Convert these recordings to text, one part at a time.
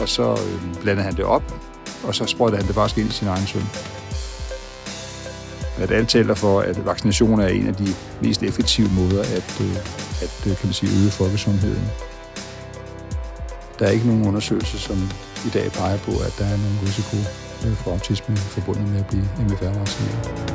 og så blandede han det op, og så sprøjtede han det faktisk ind i sin egen søn. At alt taler for, at vaccination er en af de mest effektive måder at kan man sige, øge folkesundheden. Der er ikke nogen undersøgelser, som i dag peger på, at der er nogen risiko for autisme forbundet med at blive MFR-vaccineret.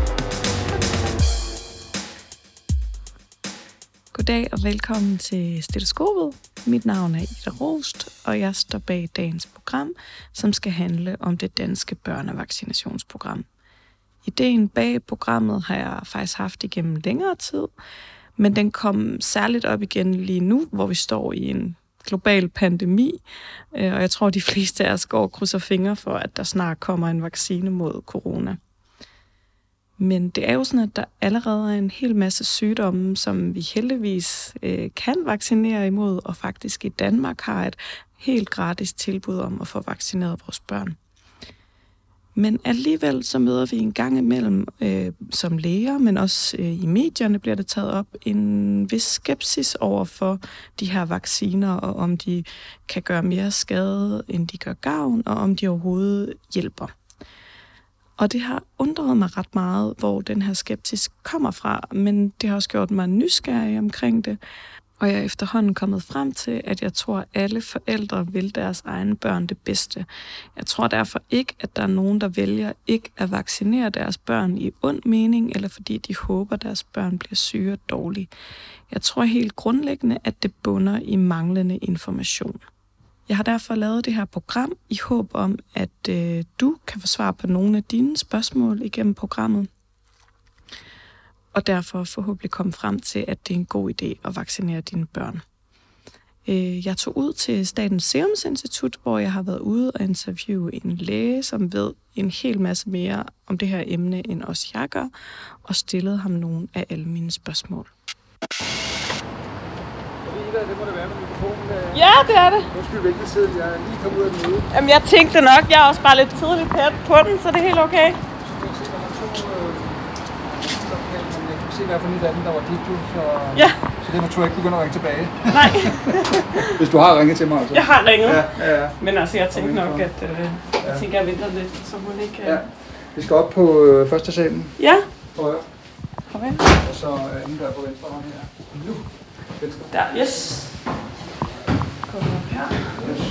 Goddag og velkommen til Stetoskopet. Mit navn er Ida Rost, og jeg står bag dagens program, som skal handle om det danske børnevaccinationsprogram. Ideen bag programmet har jeg faktisk haft igennem længere tid, men den kom særligt op igen lige nu, hvor vi står i en global pandemi, og jeg tror, de fleste af os går og krydser fingre for, at der snart kommer en vaccine mod corona. Men det er jo sådan, at der allerede er en hel masse sygdomme, som vi heldigvis kan vaccinere imod, og faktisk i Danmark har et helt gratis tilbud om at få vaccineret vores børn. Men alligevel så møder vi en gang imellem som læger, men også i medierne bliver det taget op, en vis skepsis over for de her vacciner, og om de kan gøre mere skade, end de gør gavn, og om de overhovedet hjælper. Og det har undret mig ret meget, hvor den her skepsis kommer fra, men det har også gjort mig nysgerrig omkring det. Og jeg er efterhånden kommet frem til, at jeg tror, at alle forældre vil deres egne børn det bedste. Jeg tror derfor ikke, at der er nogen, der vælger ikke at vaccinere deres børn i ond mening, eller fordi de håber, at deres børn bliver syge og dårlige. Jeg tror helt grundlæggende, at det bunder i manglende information. Jeg har derfor lavet det her program i håb om, at du kan få svar på nogle af dine spørgsmål igennem programmet. Og derfor forhåbentlig komme frem til, at det er en god idé at vaccinere dine børn. Jeg tog ud til Statens Serum Institut, hvor jeg har været ude og interviewe en læge, som ved en hel masse mere om det her emne, end også jeg gør, og stillede ham nogle af alle mine spørgsmål. Det må det være med mikrofonen. Ja, det er det. Undskyld ventetiden, jeg er lige kommet ud af den møde. Jamen, jeg tænkte nok, jeg er også bare lidt tidligt på den, så det er helt okay. Jeg kan se, der var to samtaler, men jeg kan se, hvad for en af dem, der var dit, så det tror jeg ikke begynder at ringe tilbage. Nej. Hvis du har ringet til mig, altså. Jeg har ringet. Ja. Men altså, jeg tænkte nok, at jeg venter lidt, så hun ikke... Ja. Vi skal op på første salen. Ja. Højre. Farvel. Og så anden der på venstre hånd her. Nu. Venstre. Der, yes. Kom op her. Yes.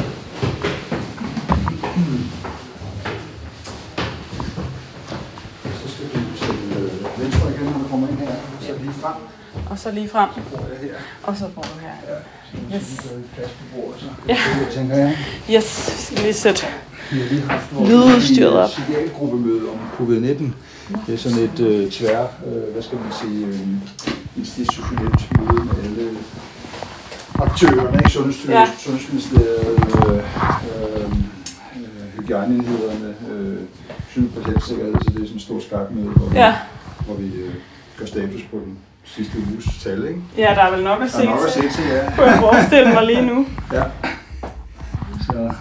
Så skal vi til venstre igen, når du kommer ind her. Så lige frem. Og så lige frem. Så bor jeg her. Og så bor du her. Ja. Yes. Så vi plads på bordet, så. Ja. Det tænker jeg. Yes, vi skal lige sætte Vi har lige haft lydudstyret op. psykiatergruppemøde om covid-19. Det er sådan et hvad skal man sige, institutionelt møde med alle aktørerne, ikke? Sundhedsministeriet, hygiejneenhederne, sygepatientsikkerhed, så det er sådan et stort skakmøde, hvor vi gør status på den sidste uges tal, ikke? Ja, der er vel nok at se til, ja. Kunne jeg forestille mig lige nu. Ja. Så.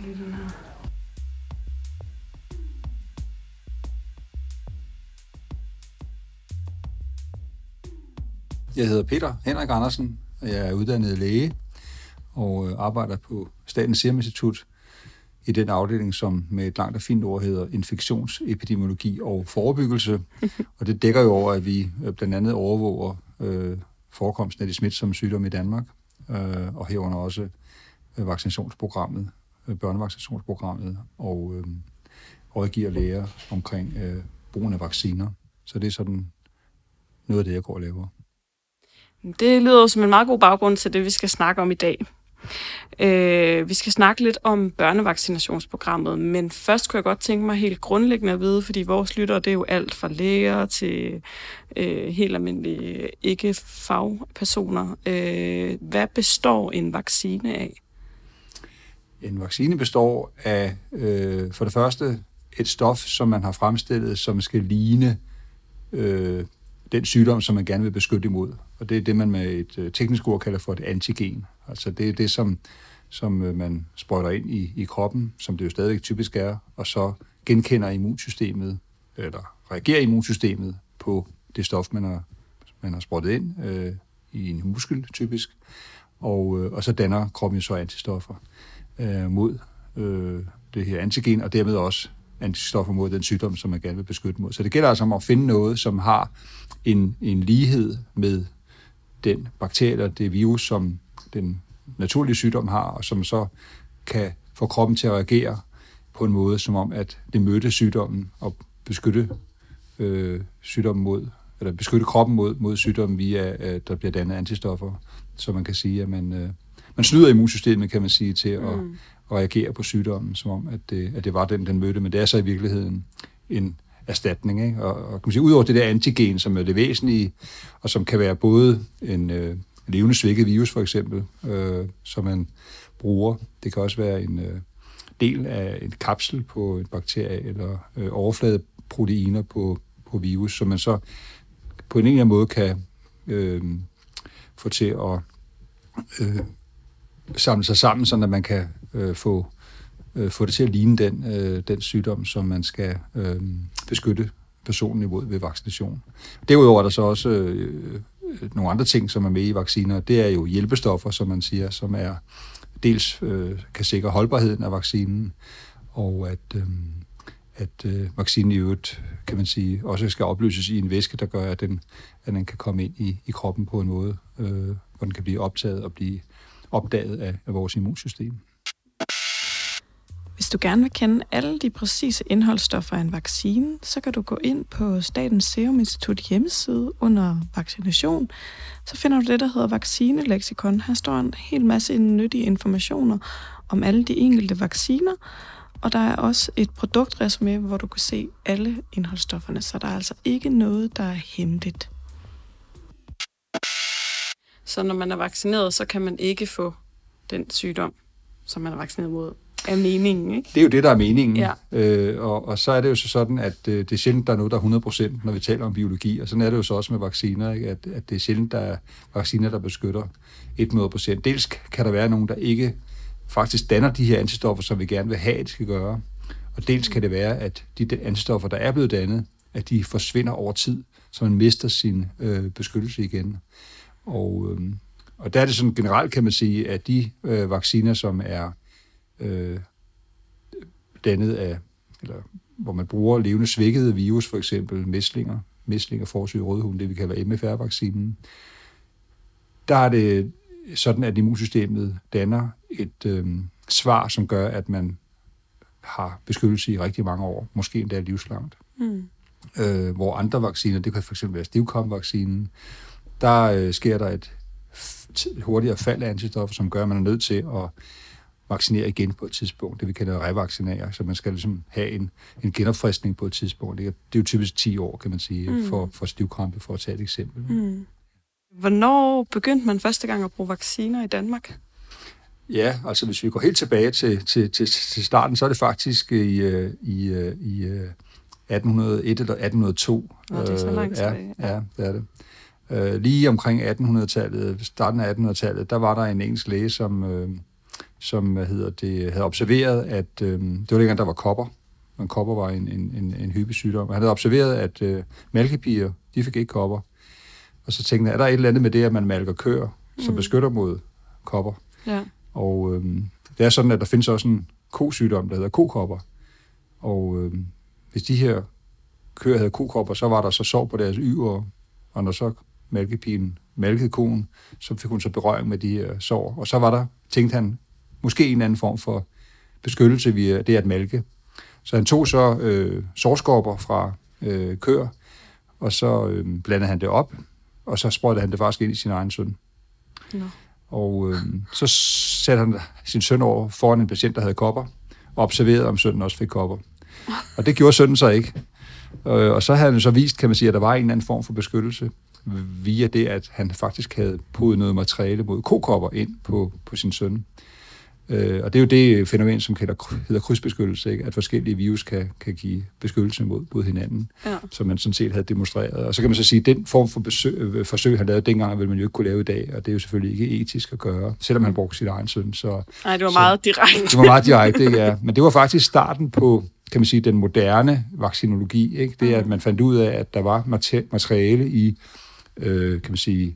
Jeg hedder Peter Henrik Andersen, og jeg er uddannet læge og arbejder på Statens Serum Institut i den afdeling, som med et langt og fint ord hedder infektionsepidemiologi og forebyggelse. Og det dækker jo over, at vi blandt andet overvåger forekomsten af de smitsomme sygdomme i Danmark, og herunder også vaccinationsprogrammet, børnevaccinationsprogrammet, og rådgiver læger omkring brugen af vacciner. Så det er sådan noget af det, jeg går og laver. Det lyder som en meget god baggrund til det, vi skal snakke om i dag. Vi skal snakke lidt om børnevaccinationsprogrammet, men først kunne jeg godt tænke mig helt grundlæggende at vide, fordi vores lyttere, det er jo alt fra læger til helt almindelige ikke-fagpersoner. Hvad består en vaccine af? En vaccine består af, for det første, et stof, som man har fremstillet, som skal ligne den sygdom, som man gerne vil beskytte imod. Og det er det, man med et teknisk ord kalder for et antigen. Altså det er det, som man sprøjter ind i kroppen, som det jo stadigvæk typisk er, og så genkender immunsystemet, eller reagerer immunsystemet på det stof, man har sprøjtet ind i en muskel typisk, og så danner kroppen jo så antistoffer. mod det her antigen, og dermed også antistoffer mod den sygdom, som man gerne vil beskytte mod. Så det gælder altså om at finde noget, som har en lighed med den bakterie eller det virus, som den naturlige sygdom har, og som så kan få kroppen til at reagere på en måde, som om, at det mødte sygdommen og beskytte sygdommen mod, eller beskytte kroppen mod sygdommen via, at der bliver dannet antistoffer. Så man kan sige, at man snyder immunsystemet, kan man sige, til at reagere på sygdommen, som om, at det var den mødte, men det er så i virkeligheden en erstatning. Ikke? Og kan man sige, udover det der antigen, som er det væsentlige, og som kan være både en levende svækket virus, for eksempel, som man bruger. Det kan også være en del af en kapsel på en bakterie, eller overfladeproteiner på virus, som man så på en eller anden måde kan få til at samle sig sammen, så at man kan få det til at ligne den sygdom, som man skal beskytte personen imod ved vaccination. Derudover er der så også nogle andre ting, som er med i vacciner. Det er jo hjælpestoffer, som man siger, som er dels kan sikre holdbarheden af vaccinen, og at vaccinen i øvrigt, kan man sige, også skal opløses i en væske, der gør, at den kan komme ind i kroppen på en måde, hvor den kan blive optaget og blive opdaget af vores immunsystem. Hvis du gerne vil kende alle de præcise indholdsstoffer af en vaccine, så kan du gå ind på Statens Serum Institut hjemmeside under vaccination. Så finder du det, der hedder vaccineleksikon. Her står en hel masse nyttige informationer om alle de enkelte vacciner, og der er også et produktresumé, hvor du kan se alle indholdsstofferne, så der er altså ikke noget, der er hemmeligt. Så når man er vaccineret, så kan man ikke få den sygdom, som man er vaccineret mod, er meningen, ikke? Det er jo det, der er meningen. Ja. Og så er det jo så sådan, at det er sjældent, der er noget, der er 100%, når vi taler om biologi. Og sådan er det jo så også med vacciner, ikke? At det er sjældent, der er vacciner, der beskytter 100%. Dels kan der være nogen, der ikke faktisk danner de her antistoffer, som vi gerne vil have, at de skal gøre. Og dels kan det være, at de antistoffer, der er blevet dannet, at de forsvinder over tid, så man mister sin beskyttelse igen. Og der er det sådan generelt, kan man sige, at de vacciner, som er dannet af, eller hvor man bruger levende svækkede virus, for eksempel mæslinger, forsyge rødhund, det vi kalder MFR-vaccinen, der er det sådan, at immunsystemet danner et svar, som gør, at man har beskyttelse i rigtig mange år, måske endda livslangt. Hvor andre vacciner, det kan for eksempel være stivkrampvaccinen, der sker der et hurtigere fald af antistoffer, som gør, at man er nødt til at vaccinere igen på et tidspunkt. Det vi kalder revaccinere, så man skal ligesom have en genopfriskning på et tidspunkt. Det er jo typisk 10 år, kan man sige, for stivkrampe, for at tage et eksempel. Hvornår begyndte man første gang at bruge vacciner i Danmark? Ja, altså hvis vi går helt tilbage til starten, så er det faktisk i 1801 eller 1802. Det er så langt tilbage. Ja, det er det. Lige omkring 1800-tallet, starten af 1800-tallet, der var der en engelsk læge, som havde observeret, at det var dengang, der var kopper. Men kopper var en hyppig sygdom. Han havde observeret, at malkepiger, de fik ikke kopper. Og så tænkte jeg, er der et eller andet med det, at man malker køer, som beskytter mod kopper? Ja. Og det er sådan, at der findes også en kosygdom, der hedder kokopper. Og hvis de her køer havde kokopper, så var der så sår på deres yver, og når så malkepigen malkede koen, så fik hun så berøring med de her sår. Og så var der, tænkte han, måske en anden form for beskyttelse via det at malke. Så han tog så sårskorper fra køer, og så blandede han det op, og så sprøjtede han det faktisk ind i sin egen søn. No. Og så satte han sin søn over foran en patient, der havde kopper, og observerede, om sønnen også fik kopper. Og det gjorde sønnen så ikke. Og så havde han så vist, kan man sige, at der var en eller anden form for beskyttelse via det, at han faktisk havde puttet noget materiale mod kokopper ind på sin søn. Og det er jo det fænomen, som hedder krydsbeskyttelse, ikke? At forskellige virus kan give beskyttelse mod hinanden, som man sådan set havde demonstreret. Og så kan man så sige, at den form for forsøg, han lavede dengang, vil man jo ikke kunne lave i dag, og det er jo selvfølgelig ikke etisk at gøre, selvom han brugte sin egen søn. Nej, det var meget direkte. Det var meget direkte, ja. Men det var faktisk starten på, kan man sige, den moderne vaccinologi, ikke? Det er, at man fandt ud af, at der var materiale i, kan man sige,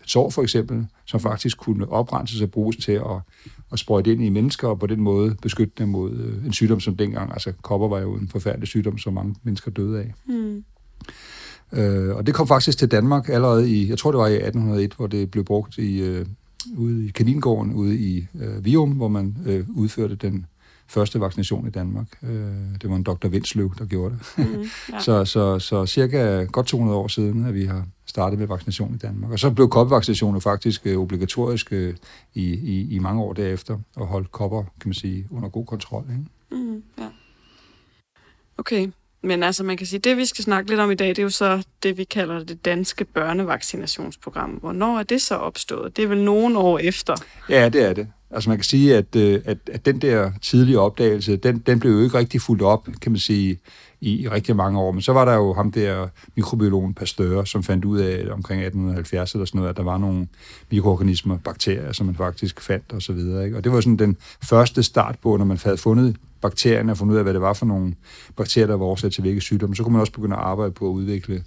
sår for eksempel, som faktisk kunne oprenses og bruges til at sprøjte ind i mennesker, og på den måde beskytte dem mod en sygdom som dengang. Altså kopper var jo en forfærdelig sygdom, som mange mennesker døde af. Og det kom faktisk til Danmark allerede i, jeg tror det var i 1801, hvor det blev brugt ude i Kaningården, ude i Virum, hvor man udførte den første vaccination i Danmark. Det var en Dr. Vindsløv, der gjorde det. Ja. så cirka godt 200 år siden, at vi har startet med vaccination i Danmark. Og så blev koppervaccinationen faktisk obligatorisk i mange år derefter, og holdt kopper, kan man sige, under god kontrol. Ikke? Ja. Okay, men altså man kan sige, det vi skal snakke lidt om i dag, det er jo så det, vi kalder det danske børnevaccinationsprogram. Hvornår er det så opstået? Det er vel nogle år efter? Ja, det er det. Altså man kan sige, at den der tidlige opdagelse, den blev jo ikke rigtig fulgt op, kan man sige, i rigtig mange år. Men så var der jo ham der mikrobiologen Pasteur, som fandt ud af omkring 1870 eller sådan noget, at der var nogle mikroorganismer, bakterier, som man faktisk fandt og så videre. Ikke? Og det var sådan den første start på, når man havde fundet bakterierne og fundet ud af, hvad det var for nogle bakterier, der var årsag til hvilke sygdomme. Så kunne man også begynde at arbejde på at udvikle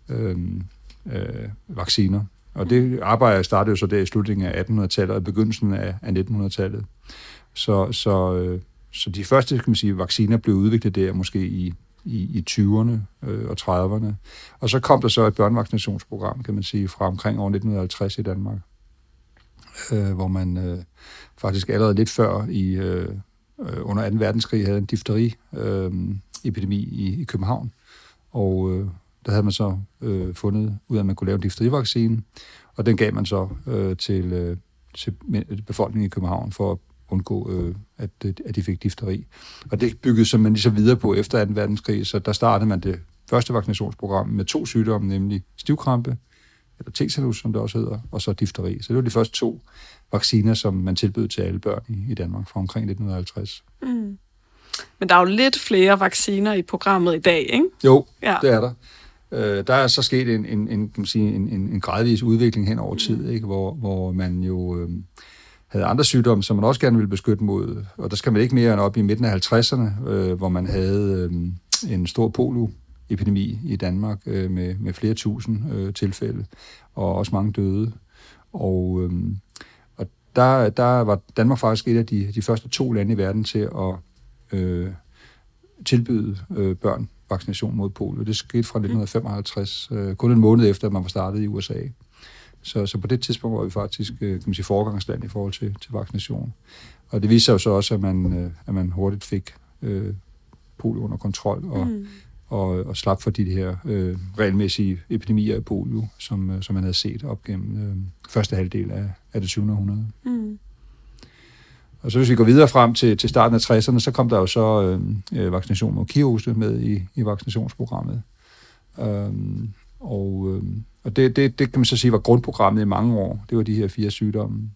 vacciner. Og det arbejde startede jo så der i slutningen af 1800-tallet og i begyndelsen af 1900-tallet. Så de første, kan man sige, vacciner blev udviklet der måske i 20'erne og 30'erne. Og så kom der så et børnevaccinationsprogram, kan man sige, fra omkring år 1950 i Danmark, hvor man faktisk allerede lidt før under 2. verdenskrig havde en difteri-epidemi i København. Og der havde man så fundet ud af, at man kunne lave en difterivaccine, og den gav man så til befolkningen i København for at undgå, at de fik difteri. Og det byggede man lige så videre på efter 2. verdenskrig, så der startede man det første vaccinationsprogram med 2 sygdomme, nemlig stivkrampe, eller tetanus, som det også hedder, og så difteri. Så det var de første 2 vacciner, som man tilbød til alle børn i Danmark fra omkring 1950. Men der er jo lidt flere vacciner i programmet i dag, ikke? Jo, ja. Det er der. Der er så sket en gradvis udvikling hen over tid, ikke? Hvor man jo havde andre sygdomme, som man også gerne ville beskytte mod. Og der skal man ikke mere end op i midten af 50'erne, hvor man havde en stor polioepidemi i Danmark med flere tusind tilfælde, og også mange døde. Og der var Danmark faktisk et af de første 2 lande i verden til at tilbyde børn vaccination mod polio. Det skete fra 1955, kun en måned efter, at man var startet i USA. Så på det tidspunkt var vi faktisk, kan man sige, foregangsland i forhold til vaccination. Og det viste sig jo så også, at man hurtigt fik polio under kontrol og slap for de her regelmæssige epidemier af polio, som man havde set op gennem første halvdel af det 7. århundrede. Og så hvis vi går videre frem til starten af 60'erne, så kom der jo så vaccination mod kihoste med i vaccinationsprogrammet. Og det kan man så sige var grundprogrammet i mange år. Det var de her 4 sygdomme.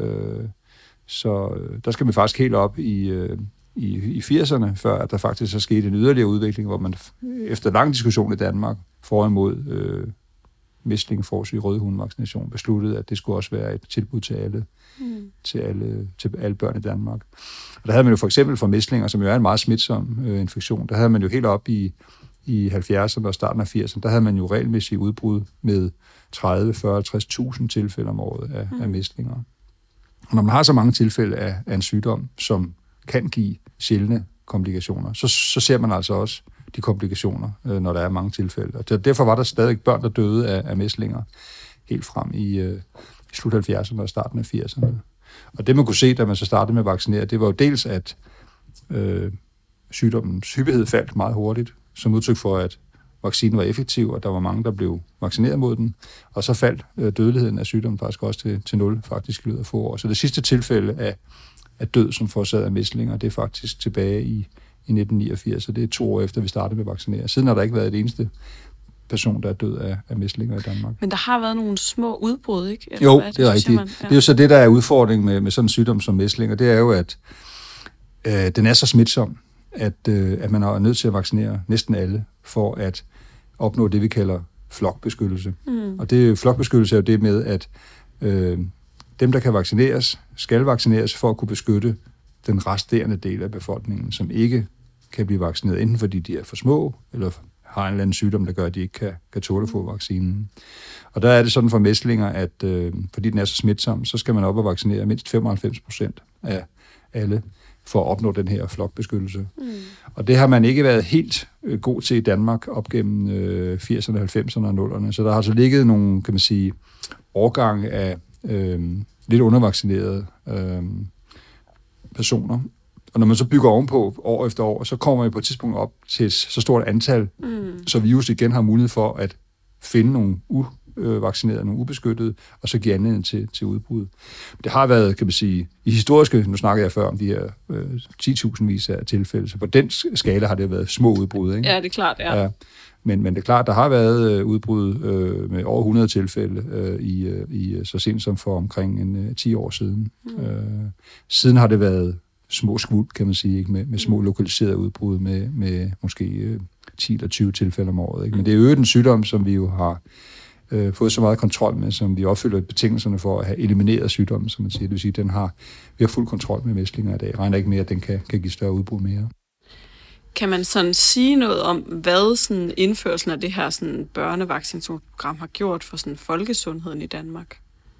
Så der skal man faktisk helt op i 80'erne, før at der faktisk så skete en yderligere udvikling, hvor man efter lang diskussion i Danmark for imod mæsling, forsyg, rødhundvaccination besluttede, at det skulle også være et tilbud til alle børn i Danmark. Og der havde man jo for eksempel for mæslinger, som jo er en meget smitsom infektion, der havde man jo helt op i 70'erne og starten af 80'erne, der havde man jo regelmæssigt udbrud med 30, 40, 50.000 tilfælde om året af mæslinger. Og når man har så mange tilfælde af en sygdom, som kan give sjældne komplikationer, så ser man altså også de komplikationer, når der er mange tilfælde. Og derfor var der stadig børn, der døde af mæslinger helt frem i slut 70'erne og starten af 80'erne. Og det man kunne se, da man så startede med at vaccinere, det var jo dels, at sygdommens hyppighed faldt meget hurtigt, som udtryk for, at vaccinen var effektiv, og der var mange, der blev vaccineret mod den. Og så faldt dødeligheden af sygdommen faktisk også til 0, faktisk i løbet af få år. Så det sidste tilfælde af død, som forårsaget af mæslinger, det er faktisk tilbage i 1989, og det er 2 år efter, vi startede med at vaccinere. Siden har der ikke været et eneste person, der er død af mæslinger i Danmark. Men der har været nogle små udbrud, ikke? Eller jo, det er rigtigt. Ja. Det er jo så det, der er udfordringen med sådan en sygdom som mæslinger, det er jo, at den er så smitsom, at man er nødt til at vaccinere næsten alle, for at opnå det, vi kalder flokbeskyttelse. Og flokbeskyttelse er jo det med, at dem, der kan vaccineres, skal vaccineres for at kunne beskytte den resterende del af befolkningen, som ikke kan blive vaccineret, enten fordi de er for små, eller har en eller anden sygdom, der gør, at de ikke kan tåle at få vaccinen. Og der er det sådan for mæslinger, at fordi den er så smitsom, så skal man op og vaccinere mindst 95% af alle for at opnå den her flokbeskyttelse. Og det har man ikke været helt god til i Danmark op gennem 80'erne, 90'erne og 0'erne. Så der har altså ligget nogle, kan man sige, årgange af lidt undervaccinerede personer. Og når man så bygger ovenpå år efter år, så kommer man på et tidspunkt op til et så stort antal, så virus igen har mulighed for at finde nogle uvaccinerede, nogle ubeskyttede, og så give anledning til udbrud. Det har været, kan man sige, i historiske, nu snakker jeg før om de her 10.000 vis af tilfælde, så på den skala har det været små udbrud, ikke? Ja, det er klart, ja. Men det er klart, der har været udbrud med over 100 tilfælde i så sent som for omkring 10 år siden. Siden har det været små skvulp, kan man sige, ikke? Med små lokaliserede udbrud med måske 10 eller 20 tilfælde om året. Ikke? Men det er jo en sygdom, som vi jo har fået så meget kontrol med, som vi opfylder betingelserne for at have elimineret sygdommen, som man siger. Det vil sige, vi har fuld kontrol med mæslinger i dag. Regner ikke med, at den kan give større udbrud mere. Kan man sådan sige noget om, hvad sådan indførelsen af det her sådan børnevaccinationsprogram har gjort for sådan folkesundheden i Danmark?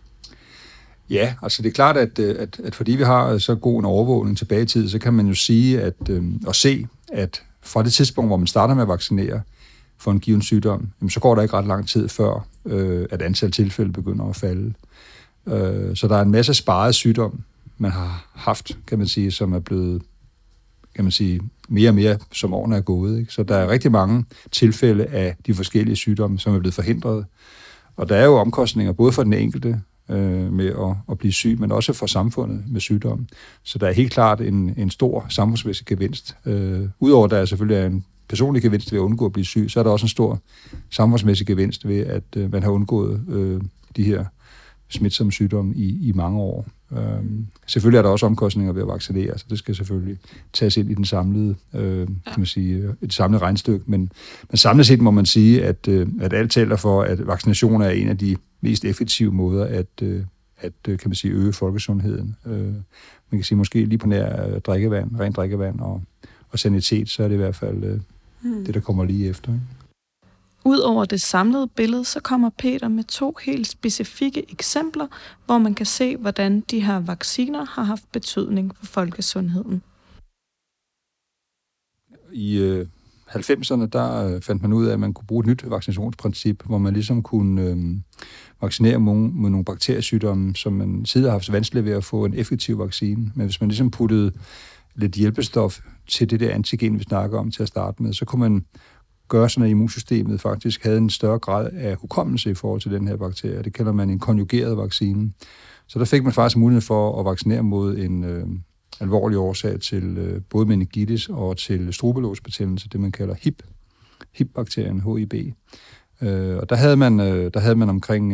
Ja, altså det er klart, at fordi vi har så god en overvågning tilbage i tid, så kan man jo sige og se, at fra det tidspunkt, hvor man starter med at vaccinere for en given sygdom, så går der ikke ret lang tid før, at antal tilfælde begynder at falde. Så der er en masse sparet sygdom, man har haft, kan man sige, som er blevet, kan man sige, mere og mere, som årene er gået. Ikke? Så der er rigtig mange tilfælde af de forskellige sygdomme, som er blevet forhindret. Og der er jo omkostninger, både for den enkelte med at blive syg, men også for samfundet med sygdom. Så der er helt klart en stor samfundsmæssig gevinst. Udover at der selvfølgelig er en personlig gevinst ved at undgå at blive syg, så er der også en stor samfundsmæssig gevinst ved, at man har undgået de her smitsomme sygdomme i mange år. Selvfølgelig er der også omkostninger ved at vaccinere, så det skal selvfølgelig tages ind i den samlede, kan man sige, et samlet regnestykke. Men samlet set må man sige, at alt taler for, at vaccination er en af de mest effektive måder at kan man sige, øge folkesundheden. Man kan sige måske lige på nær drikkevand, rent drikkevand og sanitet, så er det i hvert fald det, der kommer lige efter. Ikke? Udover det samlede billede, så kommer Peter med 2 helt specifikke eksempler, hvor man kan se, hvordan de her vacciner har haft betydning for folkesundheden. I 90'erne, der fandt man ud af, at man kunne bruge et nyt vaccinationsprincip, hvor man ligesom kunne vaccinere med nogle bakteriesygdomme, som man tidligere har haft vanskeligt ved at få en effektiv vaccine. Men hvis man ligesom puttede lidt hjælpestof til det der antigen, vi snakker om til at starte med, så kunne man gøre sådan, at immunsystemet faktisk havde en større grad af hukommelse i forhold til den her bakterie. Det kalder man en konjugeret vaccine. Så der fik man faktisk mulighed for at vaccinere mod en alvorlig årsag til både meningitis og til strubelosbetændelse, det man kalder HIB-bakterien, HIB. Og der havde man omkring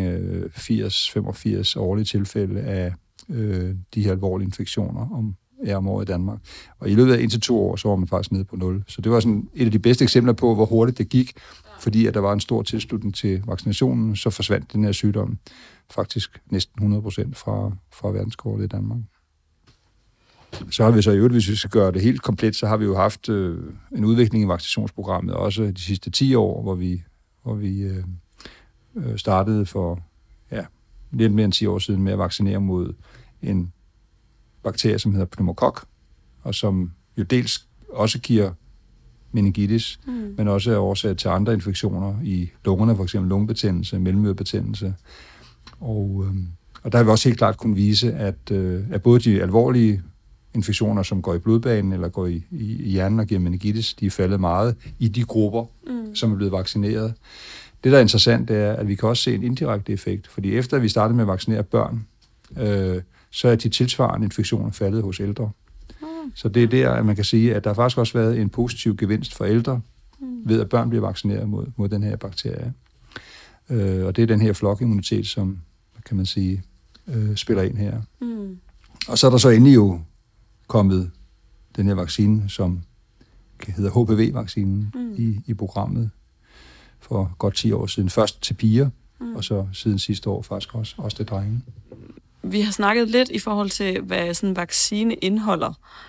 80-85 årlige tilfælde af de her alvorlige infektioner om året i Danmark. Og i løbet af 1 til 2 år, så var man faktisk nede på 0. Så det var sådan et af de bedste eksempler på, hvor hurtigt det gik, fordi at der var en stor tilslutning til vaccinationen, så forsvandt den her sygdom faktisk næsten 100% fra verdenskortet i Danmark. Så har vi så i øvrigt, hvis vi skal gøre det helt komplet, så har vi jo haft en udvikling i vaccinationsprogrammet, også de sidste 10 år, hvor vi startede for lidt mere end 10 år siden med at vaccinere mod en bakterie, som hedder pneumokok, og som jo dels også giver meningitis, men også er årsag til andre infektioner i lungerne, for eksempel lungebetændelse, mellemørebetændelse. Og der har vi også helt klart kunne vise, at både de alvorlige infektioner, som går i blodbanen eller går i hjernen og giver meningitis, de er faldet meget i de grupper, som er blevet vaccineret. Det, der er interessant, det er, at vi kan også se en indirekte effekt, fordi efter vi startede med at vaccinere børn, så er de tilsvarende infektioner faldet hos ældre. Så det er der, at man kan sige, at der faktisk også været en positiv gevinst for ældre, ved at børn bliver vaccineret mod den her bakterie. Og det er den her flokimmunitet, som, kan man sige, spiller ind her. Og så er der så endelig jo kommet den her vaccine, som hedder HPV-vaccinen i programmet for godt 10 år siden. Først til piger, og så siden sidste år faktisk også til drenge. Vi har snakket lidt i forhold til, hvad sådan en vaccine indeholder.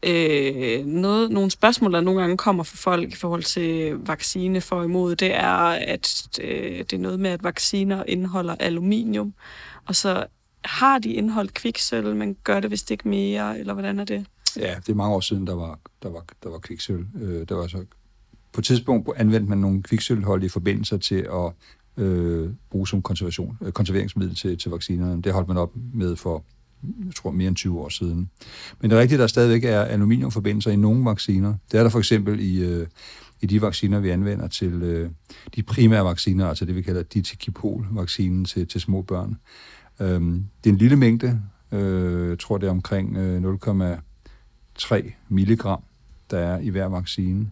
Nogle spørgsmål, der nogle gange kommer fra folk i forhold til vaccine for og imod, det er, at det er noget med, at vacciner indeholder aluminium, og så har de indeholdt kviksølv, men gør det vist ikke mere, eller hvordan er det? Ja, det er mange år siden, der var kviksølv. Der var så på et tidspunkt anvendte man nogle kviksølvholdige forbindelser til at bruge som konserveringsmiddel til vaccinerne. Det holdt man op med for, jeg tror, mere end 20 år siden. Men det er rigtigt, at der stadigvæk er aluminiumforbindelser i nogle vacciner. Det er der for eksempel i de vacciner, vi anvender til de primære vacciner, altså det, vi kalder Ditikipol-vaccinen til små børn. Det er en lille mængde. Jeg tror, det er omkring 0,3 milligram, der er i hver vaccine.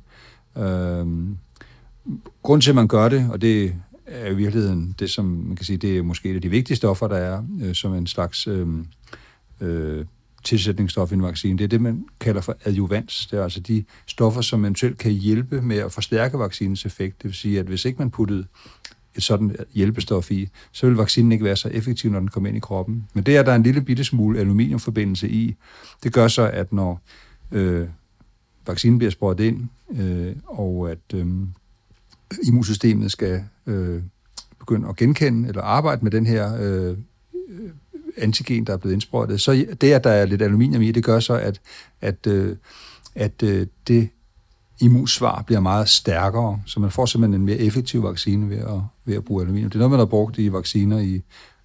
Grunden til, at man gør det, og det er i virkeligheden det, som man kan sige, det er måske et af de vigtige stoffer, der er, som en slags tilsætningsstof i en vaccine. Det er det, man kalder for adjuvans. Det er altså de stoffer, som eventuelt kan hjælpe med at forstærke vaccinens effekt. Det vil sige, at hvis ikke man puttede et sådan hjælpestof i, så vil vaccinen ikke være så effektiv, når den kommer ind i kroppen. Men det, at der er en lille bitte smule aluminiumforbindelse i, det gør så, at når vaccinen bliver sprøjtet ind, og at immunsystemet skal begynde at genkende eller arbejde med den her antigen, der er blevet indsprøjtet, så det, at der er lidt aluminium i, det gør så, at det immunsvar bliver meget stærkere, så man får simpelthen en mere effektiv vaccine ved at bruge aluminium. Det er noget, man har brugt i vacciner i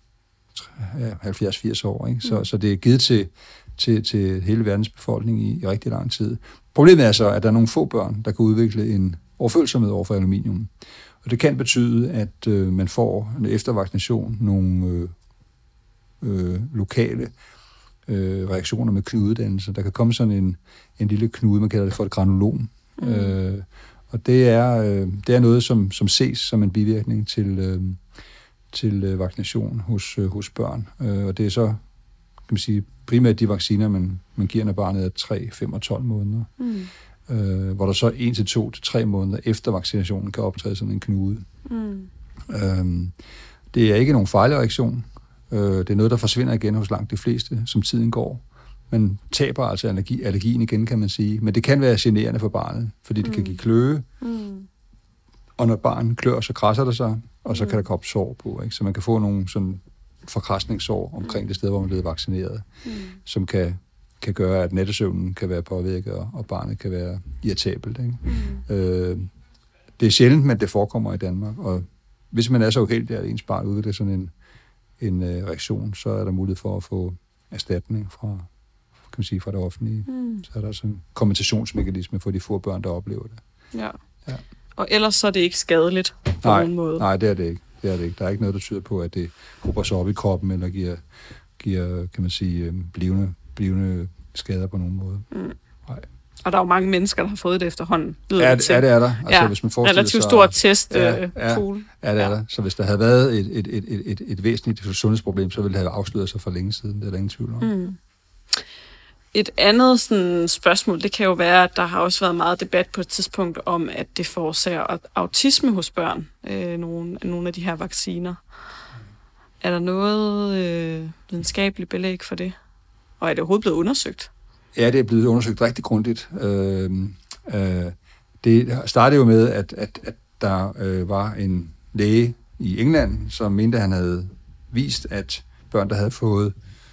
70-80 år, ikke? Så det er givet til hele verdens befolkning i rigtig lang tid. Problemet er så, at der er nogle få børn, der kan udvikle en overfølsomhed over for aluminium. Og det kan betyde, at man får efter vaccination nogle lokale reaktioner med knudedannelse. Der kan komme sådan en lille knude, man kalder det for et granulom. Og det er noget, som ses som en bivirkning til vaccination hos børn. Og det er så, kan man sige, primært de vacciner, man giver, når barnet er 3, 5 og 12 måneder. Hvor der så 1 til 2 til 3 måneder efter vaccinationen kan optræde sådan en knude. Det er ikke nogen fejlreaktion. Det er noget, der forsvinder igen hos langt de fleste, som tiden går. Man taber altså allergien igen, kan man sige. Men det kan være generende for barnet, fordi det kan give kløe. Og når barnet klør, så krasser det sig, og så kan der komme sår på. Ikke? Så man kan få nogle sådan forkrasningssår omkring det sted, hvor man er blevet vaccineret, som kan gøre, at nattesøvnen kan være påvirket, og barnet kan være irritabelt. Ikke? Det er sjældent, men det forekommer i Danmark. Og hvis man er så uheldig, at ens barn udvikler sådan en reaktion, så er der mulighed for at få erstatning fra det offentlige. Så er der sådan en kompensationsmekanisme for de få børn, der oplever det. Ja. Og ellers så er det ikke skadeligt på nogen måde? Nej, det er det ikke. Der er ikke noget, der tyder på, at det hober sig op i kroppen, eller giver kan man sige, blivende skader på nogen måde. Nej. Og der er jo mange mennesker, der har fået det efterhånden. Det er der. Altså, hvis man relativt stor testpool. Det er der. Så hvis der havde været et væsentligt sundhedsproblem, så ville det have afsløret sig for længe siden. Det er der ingen tvivl om. Et andet sådan spørgsmål, det kan jo være, at der har også været meget debat på et tidspunkt om, at det forårsager autisme hos børn, nogle af de her vacciner. Er der noget videnskabeligt belæg for det? Og er det overhovedet blevet undersøgt? Ja, det er blevet undersøgt rigtig grundigt. Det startede jo med, at der var en læge i England, som mente, at han havde vist, at børn, der havde fået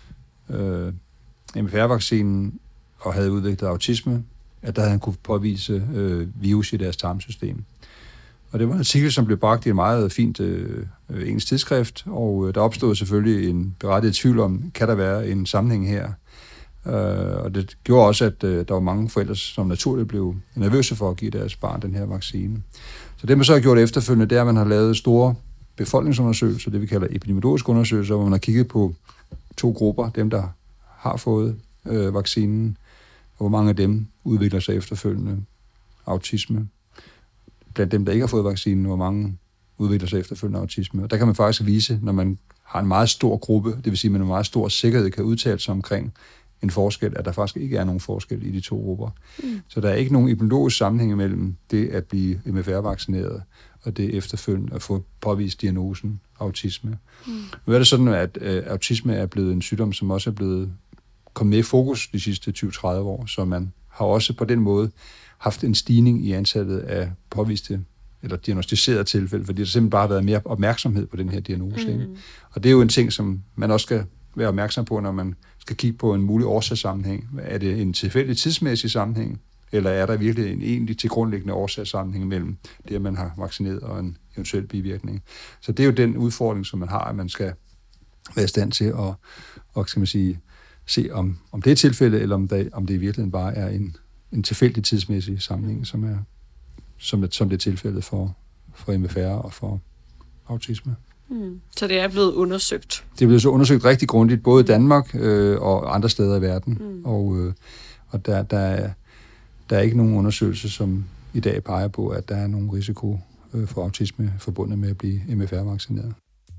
MFR-vaccinen og havde udviklet autisme, at der havde han kunne påvise virus i deres tarmsystem. Og det var en artikel, som blev bragt i et meget fint engelsk tidsskrift, og der opstod selvfølgelig en berettiget tvivl om, kan der være en sammenhæng her? Og det gjorde også, at der var mange forældre, som naturligt blev nervøse for at give deres barn den her vaccine. Så det, man så har gjort efterfølgende, det er, at man har lavet store befolkningsundersøgelser, det vi kalder epidemiologiske undersøgelser, hvor man har kigget på 2 grupper, dem der har fået vaccinen, og hvor mange af dem udvikler sig efterfølgende autisme. Blandt dem, der ikke har fået vaccinen, hvor mange udvikler sig efterfølgende autisme. Og der kan man faktisk vise, når man har en meget stor gruppe, det vil sige, at man med en meget stor sikkerhed kan udtale sig omkring en forskel, at der faktisk ikke er nogen forskel i de 2 grupper. Så der er ikke nogen epidemiologisk sammenhæng mellem det at blive MFR-vaccineret og det efterfølgende at få påvist diagnosen autisme. Nu er det sådan, at autisme er blevet en sygdom, som også er blevet kommet med i fokus de sidste 20-30 år, så man har også på den måde haft en stigning i antallet af påviste eller diagnostiserede tilfælde, fordi der simpelthen bare har været mere opmærksomhed på den her diagnose. Ikke? Og det er jo en ting, som man også skal være opmærksom på, når man skal kigge på en mulig årsagssammenhæng. Er det en tilfældig tidsmæssig sammenhæng, eller er der virkelig en egentlig tilgrundliggende årsagssammenhæng mellem det, at man har vaccineret og en eventuel bivirkning? Så det er jo den udfordring, som man har, at man skal være i stand til at skal man sige, se, om det er tilfælde, eller om det i virkeligheden bare er en tilfældig tidsmæssig sammenhæng, som det er tilfældet for MFR og for autisme. Så det er blevet undersøgt? Det er blevet så undersøgt rigtig grundigt, både i Danmark og andre steder i verden. Og der er ikke nogen undersøgelse, som i dag peger på, at der er nogen risiko for autisme forbundet med at blive MFR-vaccineret.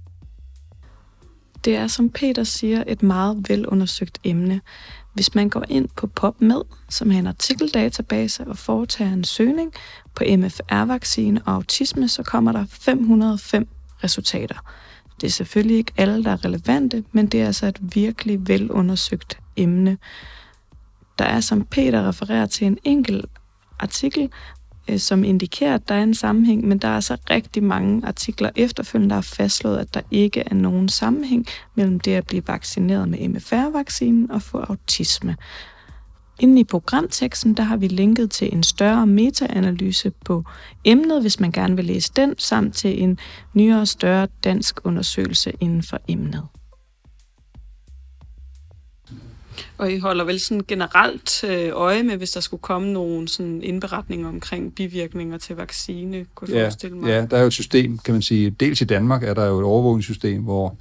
Det er, som Peter siger, et meget velundersøgt emne. Hvis man går ind på PubMed, som er en artikeldatabase, og foretager en søgning på MFR-vaccine og autisme, så kommer der 505 resultater. Det er selvfølgelig ikke alle, der er relevante, men det er altså et virkelig velundersøgt emne. Der er, som Peter refererer til, en enkelt artikel, som indikerer, at der er en sammenhæng, men der er altså rigtig mange artikler efterfølgende, der har fastslået, at der ikke er nogen sammenhæng mellem det at blive vaccineret med MFR-vaccinen og få autisme. Inde i programteksten, der har vi linket til en større metaanalyse på emnet, hvis man gerne vil læse den, samt til en nyere, større dansk undersøgelse inden for emnet. Og I holder vel sådan generelt øje med, hvis der skulle komme nogle sådan indberetninger omkring bivirkninger til vaccine, kunne jeg forestille mig? Ja, der er jo et system, kan man sige. Dels i Danmark er der jo et overvågningssystem, hvor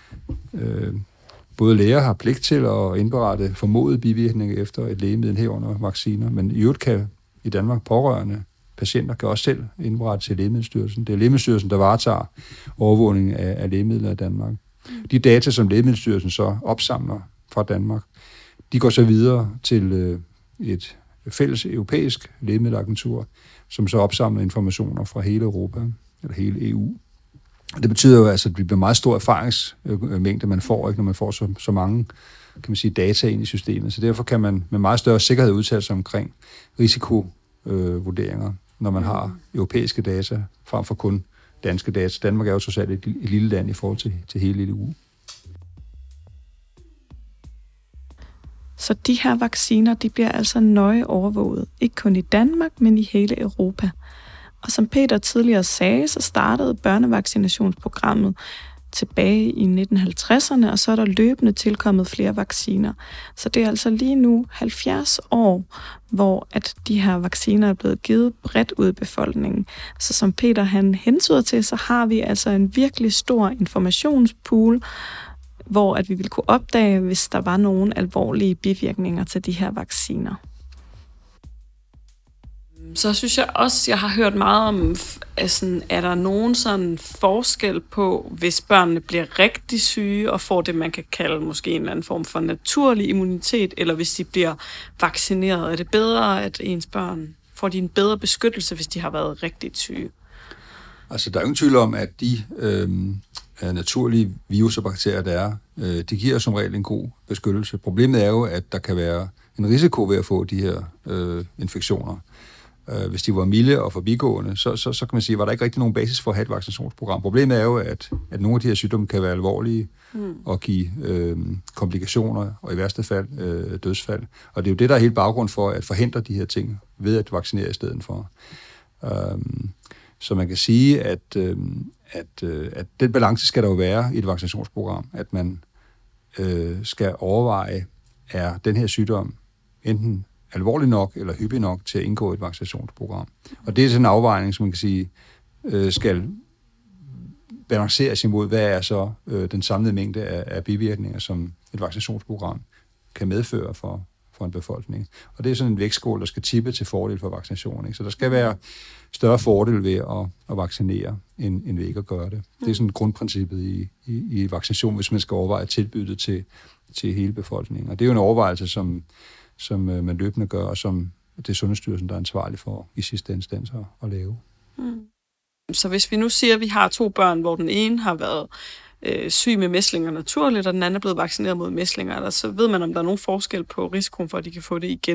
både læger har pligt til at indberette formodede bivirkninger efter et lægemiddel herunder vacciner, men i øvrigt kan i Danmark pårørende patienter kan også selv indberette til Lægemiddelstyrelsen. Det er Lægemiddelstyrelsen, der varetager overvågningen af lægemidler i Danmark. De data, som Lægemiddelstyrelsen så opsamler fra Danmark, de går så videre til et fælles europæisk lægemiddelagentur, som så opsamler informationer fra hele Europa, eller hele EU. Og det betyder jo altså, at det bliver meget stor erfaringsmængde, man får, ikke, når man får så mange, kan man sige, data ind i systemet. Så derfor kan man med meget større sikkerhed udtale sig omkring risikovurderinger, når man har europæiske data, frem for kun danske data. Danmark er jo trods alt et lille land i forhold til hele EU. Så de her vacciner, de bliver altså nøje overvåget, ikke kun i Danmark, men i hele Europa. Og som Peter tidligere sagde, så startede børnevaccinationsprogrammet tilbage i 1950'erne, og så er der løbende tilkommet flere vacciner. Så det er altså lige nu 70 år, hvor at de her vacciner er blevet givet bredt ud i befolkningen. Så som Peter han hentyder til, så har vi altså en virkelig stor informationspool, hvor at vi ville kunne opdage, hvis der var nogle alvorlige bivirkninger til de her vacciner. Så synes jeg også, jeg har hørt meget om, altså, er der nogen sådan forskel på, hvis børnene bliver rigtig syge og får det, man kan kalde måske en eller anden form for naturlig immunitet, eller hvis de bliver vaccineret? Er det bedre, at ens børn får de en bedre beskyttelse, hvis de har været rigtig syge? Altså, der er ingen tvivl om, at de naturlige virus og bakterier, der er, de giver som regel en god beskyttelse. Problemet er jo, at der kan være en risiko ved at få de her infektioner. Hvis de var milde og forbigående, så kan man sige, var der ikke rigtig nogen basis for at have et vaccinationsprogram. Problemet er jo, at nogle af de her sygdomme kan være alvorlige og give komplikationer og i værste fald dødsfald. Og det er jo det, der er helt baggrund for at forhindre de her ting ved at vaccinere i stedet for. Så man kan sige, at den balance skal der jo være i et vaccinationsprogram, at man skal overveje, er den her sygdom enten alvorlig nok eller hyppig nok til at indgå i et vaccinationsprogram. Og det er sådan en afvejning, som man kan sige, skal balanceres imod, hvad er så den samlede mængde af bivirkninger, som et vaccinationsprogram kan medføre for en befolkning. Og det er sådan en vægtskål, der skal tippe til fordel for vaccination. Ikke? Så der skal være større fordel ved at vaccinere, end ved ikke at gøre det. Det er sådan grundprincippet i vaccination, hvis man skal overveje at tilbyde det til hele befolkningen. Og det er jo en overvejelse, som man løbende gør, og som det er Sundhedsstyrelsen, der er ansvarlig for i sidste instans at lave. Så hvis vi nu siger, at vi har 2 børn, hvor den ene har været syg med mæslinger naturligt, og den anden er blevet vaccineret mod mæslinger, så ved man, om der er nogen forskel på risikoen for, at de kan få det igen?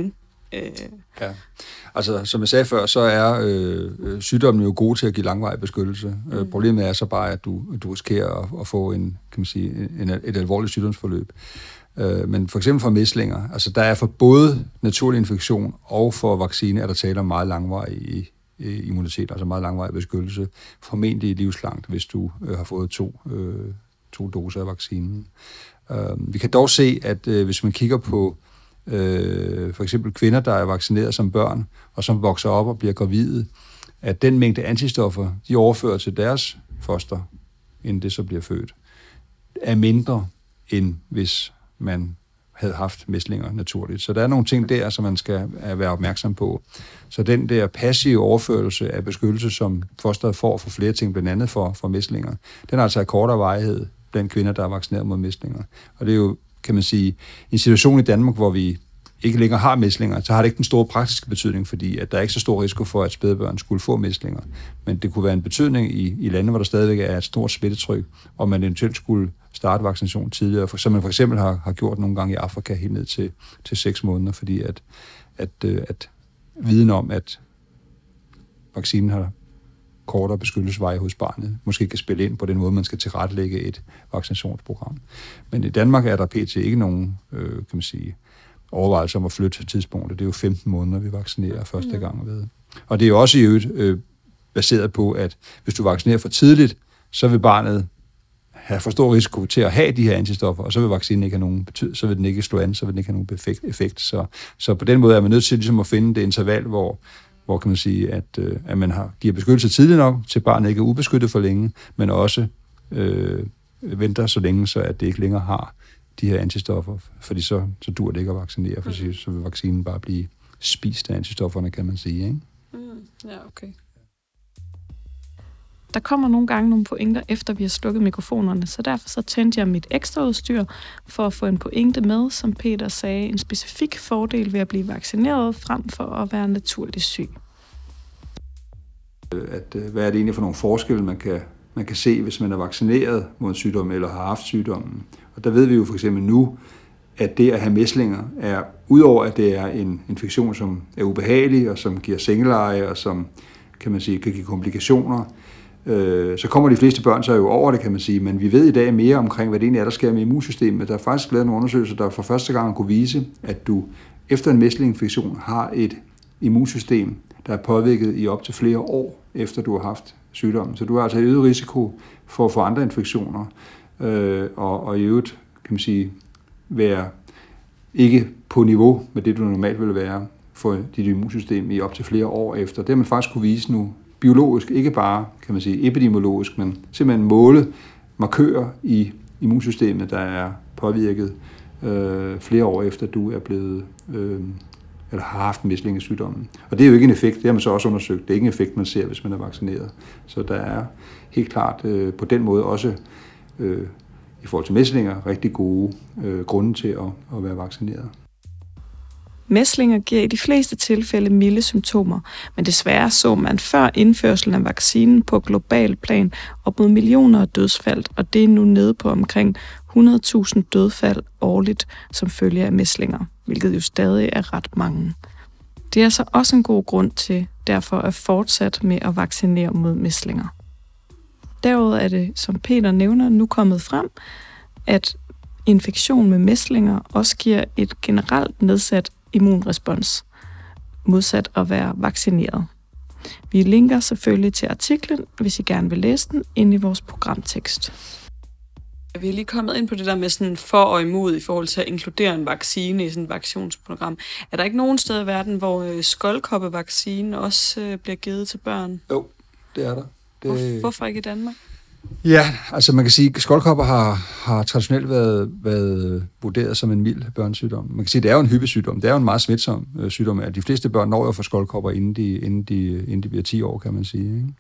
Ja, altså som jeg sagde før, så er sygdommen jo gode til at give langvarig beskyttelse. Problemet er så bare, at du risikerer at få et alvorligt sygdomsforløb. Men for eksempel for mæslinger, altså der er for både naturlig infektion og for vaccine, er der tale om meget langvarig immunitet, altså meget langvarig beskyttelse, formentlig livslangt, hvis du har fået to doser af vaccinen. Vi kan dog se, at hvis man kigger på for eksempel kvinder, der er vaccineret som børn, og som vokser op og bliver gravide, at den mængde antistoffer, de overfører til deres foster, inden det så bliver født, er mindre, end hvis man havde haft mæslinger naturligt. Så der er nogle ting der, som man skal være opmærksom på. Så den der passive overførelse af beskyttelse, som fosteret får for flere ting, blandt andet for mæslinger, den er altså af kortere varighed blandt kvinder, der er vaccineret mod mæslinger. Og det er jo, kan man sige, en situation i Danmark, hvor vi ikke længere har mæslinger, så har det ikke den store praktiske betydning, fordi at der er ikke så stor risiko for, at spædbørn skulle få mæslinger. Men det kunne være en betydning i lande, hvor der stadigvæk er et stort smittetryk, og man eventuelt skulle starte vaccination tidligere, som man for eksempel har gjort nogle gange i Afrika helt ned til 6 måneder, fordi at viden om, at vaccinen har kortere beskyttelsesveje hos barnet, måske kan spille ind på den måde, man skal tilrettelægge et vaccinationsprogram. Men i Danmark er der pt. Ikke nogen, kan man sige, overvejelse om at flytte tidspunktet. Det er jo 15 måneder, vi vaccinerer første gang ved. Og det er jo også i øvrigt baseret på, at hvis du vaccinerer for tidligt, så vil barnet have for stor risiko til at have de her antistoffer, og så vil vaccinen ikke have nogen så vil den ikke slå an, så vil den ikke have nogen effekt. Så på den måde er man nødt til ligesom at finde det interval, hvor kan man sige, at man giver beskyttelse tidligt nok, til barnet ikke er ubeskyttet for længe, men også venter så længe, så at det ikke længere har de her antistoffer, fordi så dur det ikke at vaccinere, for så vil vaccinen bare blive spist af antistofferne, kan man sige, ikke? Ja, okay. Der kommer nogle gange nogle pointer, efter vi har slukket mikrofonerne, så derfor så tændte jeg mit ekstraudstyr for at få en pointe med, som Peter sagde, en specifik fordel ved at blive vaccineret, frem for at være naturligt syg. Hvad er det egentlig for nogle forskelle, man kan se, hvis man er vaccineret mod sygdommen eller har haft sygdommen? Og der ved vi jo for eksempel nu, at det at have mæslinger er, udover at det er en infektion, som er ubehagelig og som giver sengeleje og som, kan man sige, kan give komplikationer, så kommer de fleste børn så jo over det, kan man sige, men vi ved i dag mere omkring, hvad det egentlig er, der sker med immunsystemet. Der er faktisk lavet nogle undersøgelser, der for første gang kunne vise, at du efter en mæslinginfektion har et immunsystem, der er påvirket i op til flere år, efter du har haft sygdommen. Så du har altså øget risiko for at få andre infektioner, og i øvrigt, kan man sige, være ikke på niveau med det, du normalt ville være for dit immunsystem i op til flere år efter. Det har man faktisk kunne vise nu biologisk, ikke bare, kan man sige, epidemiologisk, men simpelthen måle markører i immunsystemet, der er påvirket flere år efter, du er blevet eller har haft mæslingesygdommen. Og det er jo ikke en effekt, det har man så også undersøgt. Det er ikke en effekt, man ser, hvis man er vaccineret. Så der er helt klart på den måde også i forhold til mæslinger rigtig gode grunde til at være vaccineret. Mæslinger giver i de fleste tilfælde milde symptomer, men desværre så man før indførselen af vaccinen på global plan op mod millioner af dødsfald, og det er nu nede på omkring 100.000 dødsfald årligt som følge af mæslinger, hvilket jo stadig er ret mange. Det er altså også en god grund til derfor at fortsætte med at vaccinere mod mæslinger. Derudover er det, som Peter nævner, nu kommet frem, at infektion med mæslinger også giver et generelt nedsat immunrespons, modsat at være vaccineret. Vi linker selvfølgelig til artiklen, hvis I gerne vil læse den, inde i vores programtekst. Vi er lige kommet ind på det der med sådan for og imod i forhold til at inkludere en vaccine i sådan et vaccinationsprogram. Er der ikke nogen steder i verden, hvor skoldkoppevaccinen også bliver givet til børn? Jo, det er der. Hvorfor ikke i Danmark? Ja, altså man kan sige, at skoldkopper har traditionelt været vurderet som en mild børnesygdom. Man kan sige, at det er jo en hyppig sygdom. Det er jo en meget smitsom sygdom. De fleste børn når jo for skoldkopper, inden de bliver 10 år, kan man sige. Ikke?